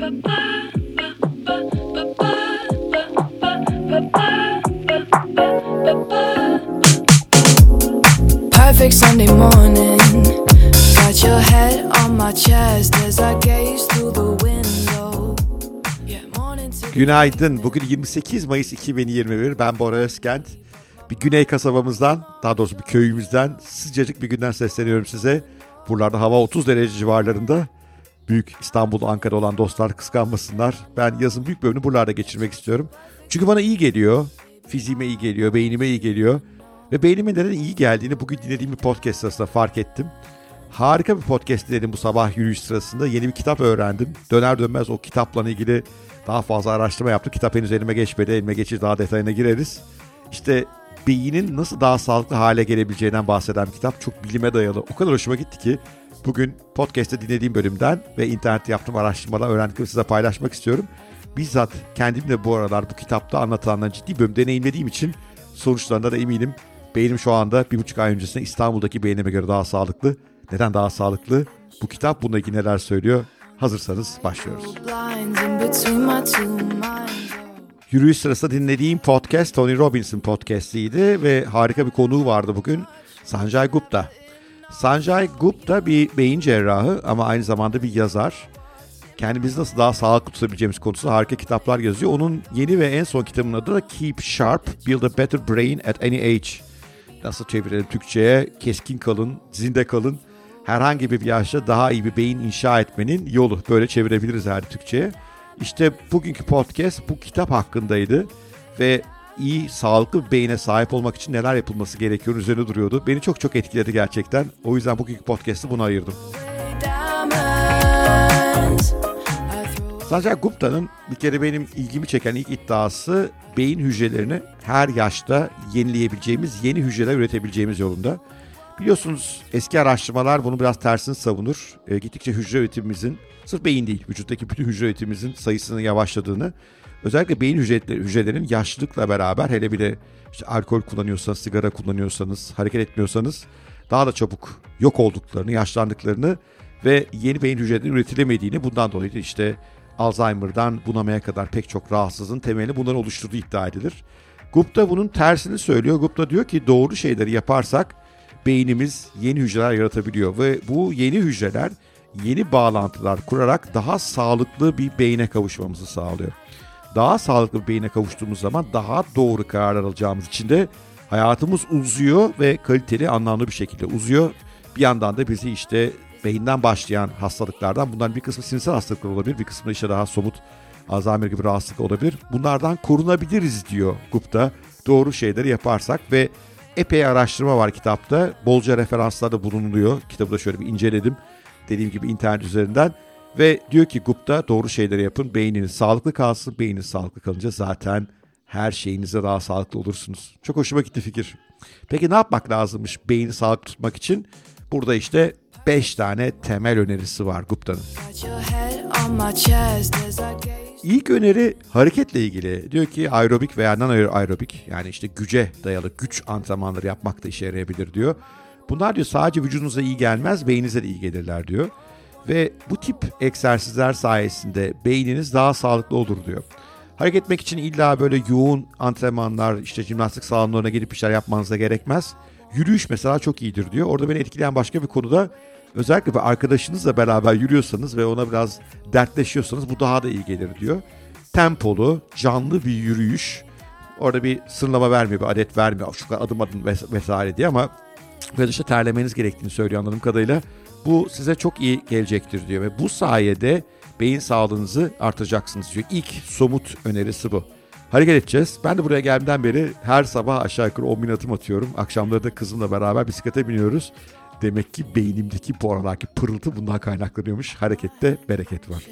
Perfect Sunday morning. Got your head on my chest as I gaze through the window. Günaydın. Bugün 28 Mayıs 2021. Ben Bora Özkent. Bir güney kasabamızdan, daha doğrusu bir köyümüzden, sıcacık bir günden sesleniyorum size. Buralarda hava 30 derece civarlarında. Büyük İstanbul, Ankara'da olan dostlar kıskanmasınlar. Ben yazın büyük bölümünü buralarda geçirmek istiyorum. Çünkü bana iyi geliyor. Fiziğime iyi geliyor, beynime iyi geliyor. Ve beynime neden iyi geldiğini bugün dinlediğim bir podcast sırasında fark ettim. Harika bir podcast dinledim bu sabah yürüyüş sırasında. Yeni bir kitap öğrendim. Döner dönmez o kitapla ilgili daha fazla araştırma yaptım. Kitap henüz elime geçmedi. Elime geçir daha detayına gireriz. İşte beynin nasıl daha sağlıklı hale gelebileceğinden bahseden bir kitap. Çok bilime dayalı. O kadar hoşuma gitti ki bugün podcast'te dinlediğim bölümden ve internette yaptığım araştırmadan öğrendiklerimi size paylaşmak istiyorum. Bizzat kendim de bu aralar bu kitapta anlatılanların ciddi bölüm deneyimlediğim için sonuçlarında da eminim. Beynim şu anda 1,5 ay öncesinde İstanbul'daki beynime göre daha sağlıklı. Neden daha sağlıklı? Bu kitap bununla ilgili neler söylüyor? Hazırsanız başlıyoruz. Yürüyüş sırasında dinlediğim podcast Tony Robbins'in podcast'iydi ve harika bir konuğu vardı bugün. Sanjay Gupta. Sanjay Gupta bir beyin cerrahı ama aynı zamanda bir yazar. Kendimizi nasıl daha sağlıklı tutabileceğimiz konusunda harika kitaplar yazıyor. Onun yeni ve en son kitabının adı da Keep Sharp, Build a Better Brain at Any Age. Nasıl çevirelim Türkçe'ye? Keskin kalın, zinde kalın. Herhangi bir yaşta daha iyi bir beyin inşa etmenin yolu. Böyle çevirebiliriz herhalde Türkçe'ye. İşte bugünkü podcast bu kitap hakkındaydı. Ve iyi, sağlıklı bir beyine sahip olmak için neler yapılması gerekiyor üzerine duruyordu. Beni çok çok etkiledi gerçekten. O yüzden bugünkü podcast'ı buna ayırdım. Sanjay Gupta'nın bir kere benim ilgimi çeken ilk iddiası beyin hücrelerini her yaşta yenileyebileceğimiz, yeni hücreler üretebileceğimiz yolunda. Biliyorsunuz eski araştırmalar bunu biraz tersini savunur. Gittikçe hücre üretimimizin, sırf beyin değil, vücuttaki bütün hücre üretimimizin sayısının yavaşladığını, özellikle beyin hücrelerinin yaşlılıkla beraber, hele bir de işte alkol kullanıyorsanız, sigara kullanıyorsanız, hareket etmiyorsanız daha da çabuk yok olduklarını, yaşlandıklarını ve yeni beyin hücrelerinin üretilemediğini, bundan dolayı da işte Alzheimer'dan bunamaya kadar pek çok rahatsızlığın temelini bunların oluşturduğu iddia edilir. Gupta bunun tersini söylüyor. Gupta diyor ki doğru şeyleri yaparsak beynimiz yeni hücreler yaratabiliyor ve bu yeni hücreler yeni bağlantılar kurarak daha sağlıklı bir beyne kavuşmamızı sağlıyor. Daha sağlıklı bir beyne kavuştuğumuz zaman daha doğru kararlar alacağımız için de hayatımız uzuyor ve kaliteli, anlamlı bir şekilde uzuyor. Bir yandan da bizi işte beyinden başlayan hastalıklardan, bunların bir kısmı sinirsel hastalıklar olabilir, bir kısmı işte daha somut Alzheimer gibi rahatsızlık olabilir. Bunlardan korunabiliriz diyor Gupta doğru şeyleri yaparsak ve epey araştırma var kitapta. Bolca referanslar da bulunuluyor. Kitabı da şöyle bir inceledim. Dediğim gibi internet üzerinden. Ve diyor ki Gupta doğru şeyleri yapın. Beyniniz sağlıklı kalsın. Beyniniz sağlıklı kalınca zaten her şeyinizde daha sağlıklı olursunuz. Çok hoşuma gitti fikir. Peki ne yapmak lazımmış beyni sağlıklı tutmak için? Burada işte 5 tane temel önerisi var Gupta'nın. İlk öneri hareketle ilgili. Diyor ki aerobik veya non-aerobik, yani işte güce dayalı güç antrenmanları yapmak da işe yarayabilir diyor. Bunlar diyor sadece vücudunuza iyi gelmez, beyninize de iyi gelirler diyor. Ve bu tip egzersizler sayesinde beyniniz daha sağlıklı olur diyor. Hareket etmek için illa böyle yoğun antrenmanlar, işte jimnastik salonlarına gelip işler yapmanıza gerekmez. Yürüyüş mesela çok iyidir diyor. Orada beni etkileyen başka bir konuda, özellikle bir arkadaşınızla beraber yürüyorsanız ve ona biraz dertleşiyorsanız bu daha da iyi gelir diyor. Tempolu, canlı bir yürüyüş. Orada bir sınırlama vermiyor, bir adet vermiyor. Şu kadar adım vesaire diye, ama böyle işte terlemeniz gerektiğini söylüyor anladığım kadarıyla. Bu size çok iyi gelecektir diyor ve bu sayede beyin sağlığınızı artıracaksınız diyor. İlk somut önerisi bu. Hareket edeceğiz. Ben de buraya geldiğimden beri her sabah aşağı yukarı 10.000 adım atıyorum. Akşamları da kızımla beraber bisiklete biniyoruz. Demek ki beynimdeki bu aralarki pırıltı bundan kaynaklanıyormuş. Harekette bereket var.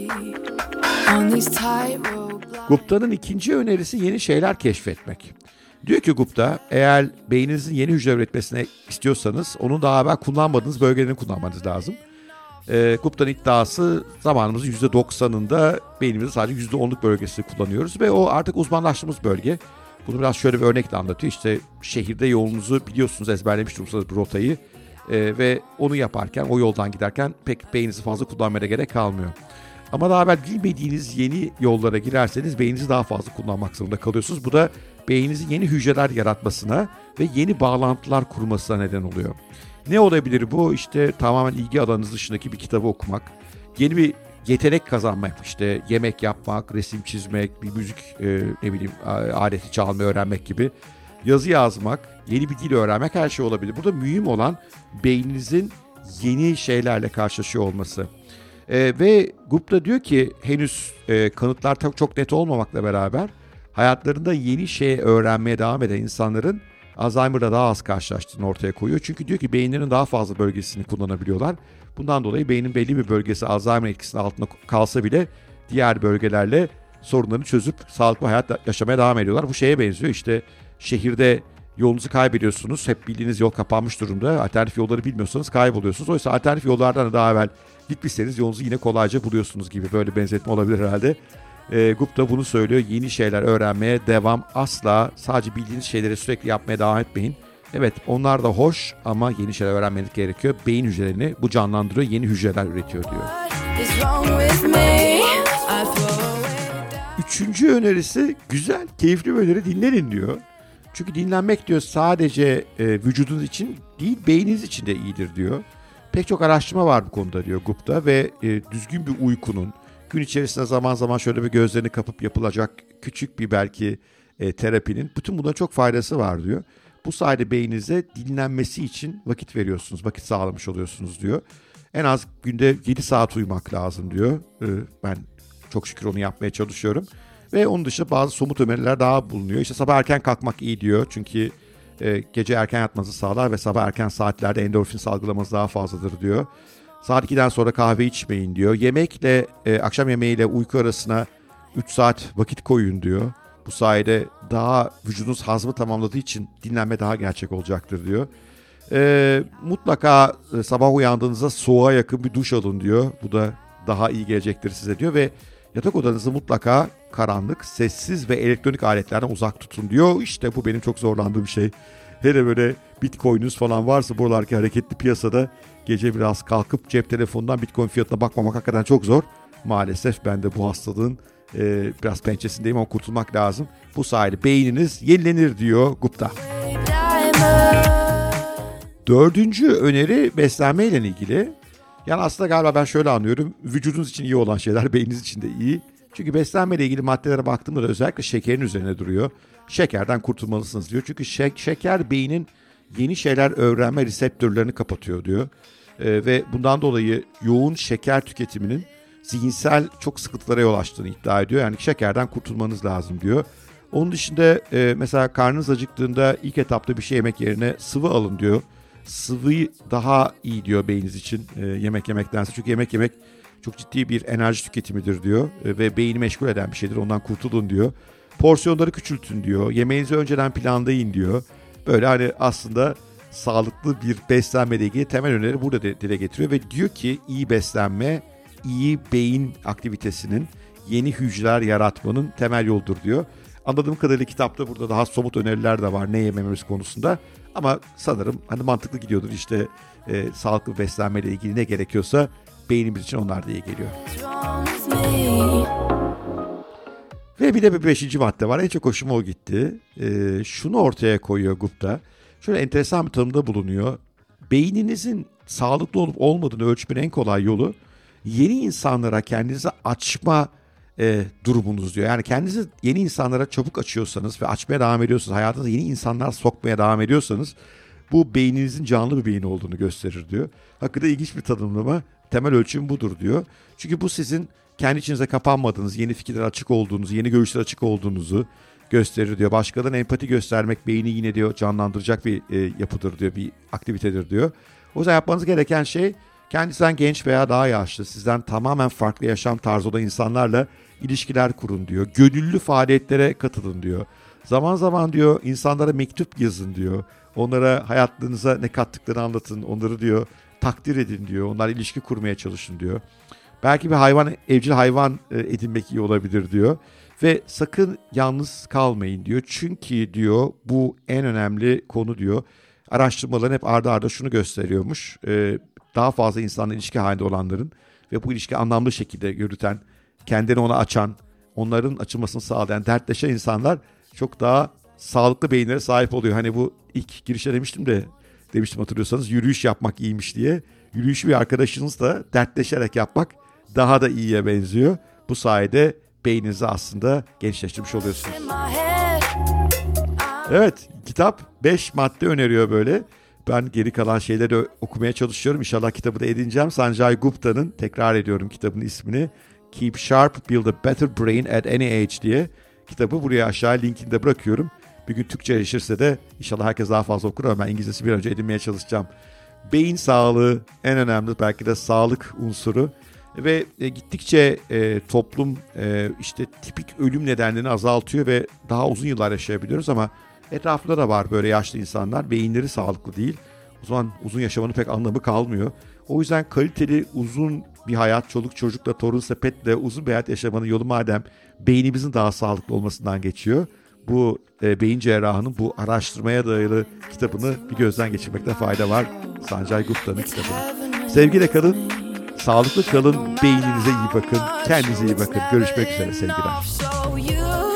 Gupta'nın ikinci önerisi yeni şeyler keşfetmek. Diyor ki Gupta, eğer beyninizin yeni hücre üretmesini istiyorsanız onun daha evvel kullanmadığınız bölgelerini kullanmanız lazım. Gupta'nın iddiası zamanımızın %90'ında beynimizin sadece %10'luk bölgesini kullanıyoruz ve o artık uzmanlaştığımız bölge. Bunu biraz şöyle bir örnekle anlatıyor. İşte şehirde yolunuzu biliyorsunuz, ezberlemiş durumsunuz bir rotayı ve onu yaparken, o yoldan giderken pek beyninizi fazla kullanmaya gerek kalmıyor. Ama daha evvel bilmediğiniz yeni yollara girerseniz beyninizi daha fazla kullanmak zorunda kalıyorsunuz. Bu da beyninizin yeni hücreler yaratmasına ve yeni bağlantılar kurmasına neden oluyor. Ne olabilir bu? İşte tamamen ilgi alanınız dışındaki bir kitabı okumak, yeni bir yetenek kazanmak, işte yemek yapmak, resim çizmek, bir müzik aleti çalmayı öğrenmek gibi, yazı yazmak, yeni bir dil öğrenmek, her şey olabilir. Burada mühim olan beyninizin yeni şeylerle karşılaşıyor olması. Ve Gupta diyor ki henüz kanıtlar çok net olmamakla beraber hayatlarında yeni şey öğrenmeye devam eden insanların Alzheimer'da daha az karşılaştığını ortaya koyuyor. Çünkü diyor ki beyinlerin daha fazla bölgesini kullanabiliyorlar. Bundan dolayı beynin belli bir bölgesi Alzheimer etkisinin altında kalsa bile diğer bölgelerle sorunlarını çözüp sağlıklı hayat yaşamaya devam ediyorlar. Bu şeye benziyor, işte şehirde yolunuzu kaybediyorsunuz. Hep bildiğiniz yol kapanmış durumda. Alternatif yolları bilmiyorsanız kayboluyorsunuz. Oysa alternatif yollardan daha evvel gitmişseniz yolunuzu yine kolayca buluyorsunuz gibi, böyle benzetme olabilir herhalde. Gupta bunu söylüyor. Yeni şeyler öğrenmeye devam. Asla sadece bildiğiniz şeyleri sürekli yapmaya devam etmeyin. Evet, onlar da hoş ama yeni şeyler öğrenmeniz gerekiyor. Beyin hücrelerini bu canlandırıyor. Yeni hücreler üretiyor diyor. Üçüncü önerisi güzel, keyifli bir öneri, dinlenin diyor. Çünkü dinlenmek diyor sadece vücudunuz için değil, beyniniz için de iyidir diyor. Pek çok araştırma var bu konuda diyor Gupta ve düzgün bir uykunun, gün içerisinde zaman zaman şöyle bir gözlerini kapıp yapılacak küçük bir belki terapinin, bütün bunların çok faydası var diyor. Bu sayede beyninize dinlenmesi için vakit veriyorsunuz, vakit sağlamış oluyorsunuz diyor. En az günde 7 saat uyumak lazım diyor. Ben çok şükür onu yapmaya çalışıyorum. Ve onun dışında bazı somut öneriler daha bulunuyor. İşte sabah erken kalkmak iyi diyor. Çünkü gece erken yatmanızı sağlar ve sabah erken saatlerde endorfin salgılamanız daha fazladır diyor. Saat 2'den sonra kahve içmeyin diyor. Yemekle, akşam yemeğiyle uyku arasına 3 saat vakit koyun diyor. Bu sayede daha vücudunuz hazmı tamamladığı için dinlenme daha gerçek olacaktır diyor. Mutlaka sabah uyandığınızda soğuğa yakın bir duş alın diyor. Bu da daha iyi gelecektir size diyor ve yatak odanızı mutlaka karanlık, sessiz ve elektronik aletlerden uzak tutun diyor. İşte bu benim çok zorlandığım şey. Hele böyle Bitcoin'ünüz falan varsa buralardaki hareketli piyasada gece biraz kalkıp cep telefonundan Bitcoin fiyatına bakmamak hakikaten çok zor. Maalesef ben de bu hastalığın biraz pençesindeyim ama kurtulmak lazım. Bu sayede beyniniz yenilenir diyor Gupta. Dördüncü öneri beslenme ile ilgili. Yani aslında galiba ben şöyle anlıyorum. Vücudunuz için iyi olan şeyler beyniniz için de iyi. Çünkü beslenme ile ilgili maddelere baktığımda da özellikle şekerin üzerine duruyor. Şekerden kurtulmalısınız diyor. Çünkü şeker beynin yeni şeyler öğrenme reseptörlerini kapatıyor diyor. Ve bundan dolayı yoğun şeker tüketiminin zihinsel çok sıkıntılara yol açtığını iddia ediyor. Yani şekerden kurtulmanız lazım diyor. Onun dışında mesela karnınız acıktığında ilk etapta bir şey yemek yerine sıvı alın diyor. Sıvıyı daha iyi diyor beyniniz için yemek yemektense. Çünkü yemek yemek çok ciddi bir enerji tüketimidir diyor. Ve beyni meşgul eden bir şeydir. Ondan kurtulun diyor. Porsiyonları küçültün diyor. Yemeğinizi önceden planlayın diyor. Böyle hani aslında sağlıklı bir beslenmeyle ilgili temel öneri burada dile getiriyor. Ve diyor ki iyi beslenme, iyi beyin aktivitesinin, yeni hücreler yaratmanın temel yoldur diyor. Anladığım kadarıyla kitapta burada daha somut öneriler de var ne yemememiz konusunda. Ama sanırım hani mantıklı gidiyordur, işte sağlıklı beslenmeyle ilgili ne gerekiyorsa beynimiz için onlar da iyi geliyor. Ve bir de bir 5. madde var, en çok hoşuma o gitti. Şunu ortaya koyuyor Gupta. Şöyle enteresan bir tanımda bulunuyor. Beyninizin sağlıklı olup olmadığını ölçmenin en kolay yolu yeni insanlara kendinizi açma durumunuz diyor. Yani kendinizi yeni insanlara çabuk açıyorsanız ve açmaya devam ediyorsanız, hayatınıza yeni insanlar sokmaya devam ediyorsanız bu beyninizin canlı bir beyin olduğunu gösterir diyor. Hakikaten ilginç bir tanımlama. Temel ölçüm budur diyor. Çünkü bu sizin kendi içinize kapanmadığınız, yeni fikirlere açık olduğunuzu, yeni görüşlere açık olduğunuzu gösterir diyor. Başkalarına empati göstermek beyni yine diyor canlandıracak bir yapıdır diyor, bir aktivitedir diyor. O yüzden yapmanız gereken şey kendinizden genç veya daha yaşlı, sizden tamamen farklı yaşam tarzı olan insanlarla ilişkiler kurun diyor. Gönüllü faaliyetlere katılın diyor. Zaman zaman diyor insanlara mektup yazın diyor. Onlara hayatlarınıza ne kattıklarını anlatın. Onları diyor takdir edin diyor. Onlarla ilişki kurmaya çalışın diyor. Belki bir evcil hayvan edinmek iyi olabilir diyor. Ve sakın yalnız kalmayın diyor. Çünkü diyor bu en önemli konu diyor. Araştırmaların hep arda arda şunu gösteriyormuş. Daha fazla insanla ilişki halinde olanların ve bu ilişki anlamlı şekilde yürüten, kendini ona açan, onların açılmasını sağlayan, dertleşen insanlar çok daha sağlıklı beyinlere sahip oluyor. Hani bu ilk girişte demiştim hatırlıyorsanız, yürüyüş yapmak iyiymiş diye. Yürüyüşü bir arkadaşınızla dertleşerek yapmak daha da iyiye benziyor. Bu sayede beyninizi aslında gençleştirmiş oluyorsunuz. Evet, kitap 5 madde öneriyor böyle. Ben geri kalan şeyleri okumaya çalışıyorum. İnşallah kitabı da edineceğim. Sanjay Gupta'nın, tekrar ediyorum kitabın ismini, Keep Sharp, Build a Better Brain at Any Age diye. Kitabı buraya aşağı linkini de bırakıyorum. Bir gün Türkçeleşirse de inşallah herkes daha fazla okur ama ben İngilizcesi bir önce edinmeye çalışacağım. Beyin sağlığı en önemli, belki de sağlık unsuru. Ve gittikçe toplum işte tipik ölüm nedenlerini azaltıyor ve daha uzun yıllar yaşayabiliyoruz ama etrafında da var böyle yaşlı insanlar, beyinleri sağlıklı değil. O zaman uzun yaşamanın pek anlamı kalmıyor. O yüzden kaliteli uzun bir hayat, çoluk çocukla, torun sepetle uzun bir hayat yaşamanın yolu madem beynimizin daha sağlıklı olmasından geçiyor. Bu beyin cerrahının bu araştırmaya dayalı kitabını bir gözden geçirmekte fayda var. Sanjay Gupta'nın kitabını. Sevgiyle kalın, sağlıklı kalın, beyninize iyi bakın, kendinize iyi bakın. Görüşmek üzere sevgiler.